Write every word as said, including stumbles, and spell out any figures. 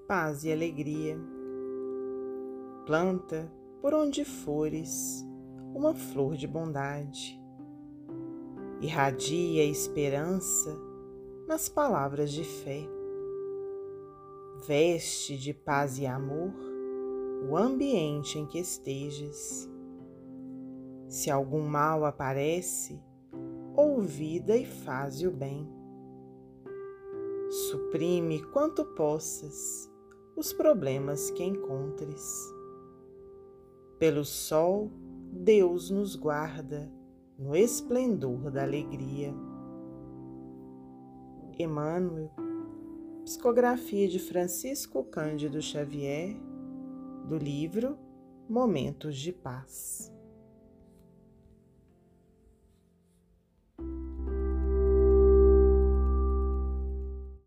paz e alegria. Planta, por onde fores, uma flor de bondade. Irradia a esperança nas palavras de fé. Veste de paz e amor o ambiente em que estejas. Se algum mal aparece, ouvida e faze o bem. Suprime quanto possas os problemas que encontres. Pelo sol, Deus nos guarda no esplendor da alegria. Emmanuel, psicografia de Francisco Cândido Xavier, do livro Momentos de Paz.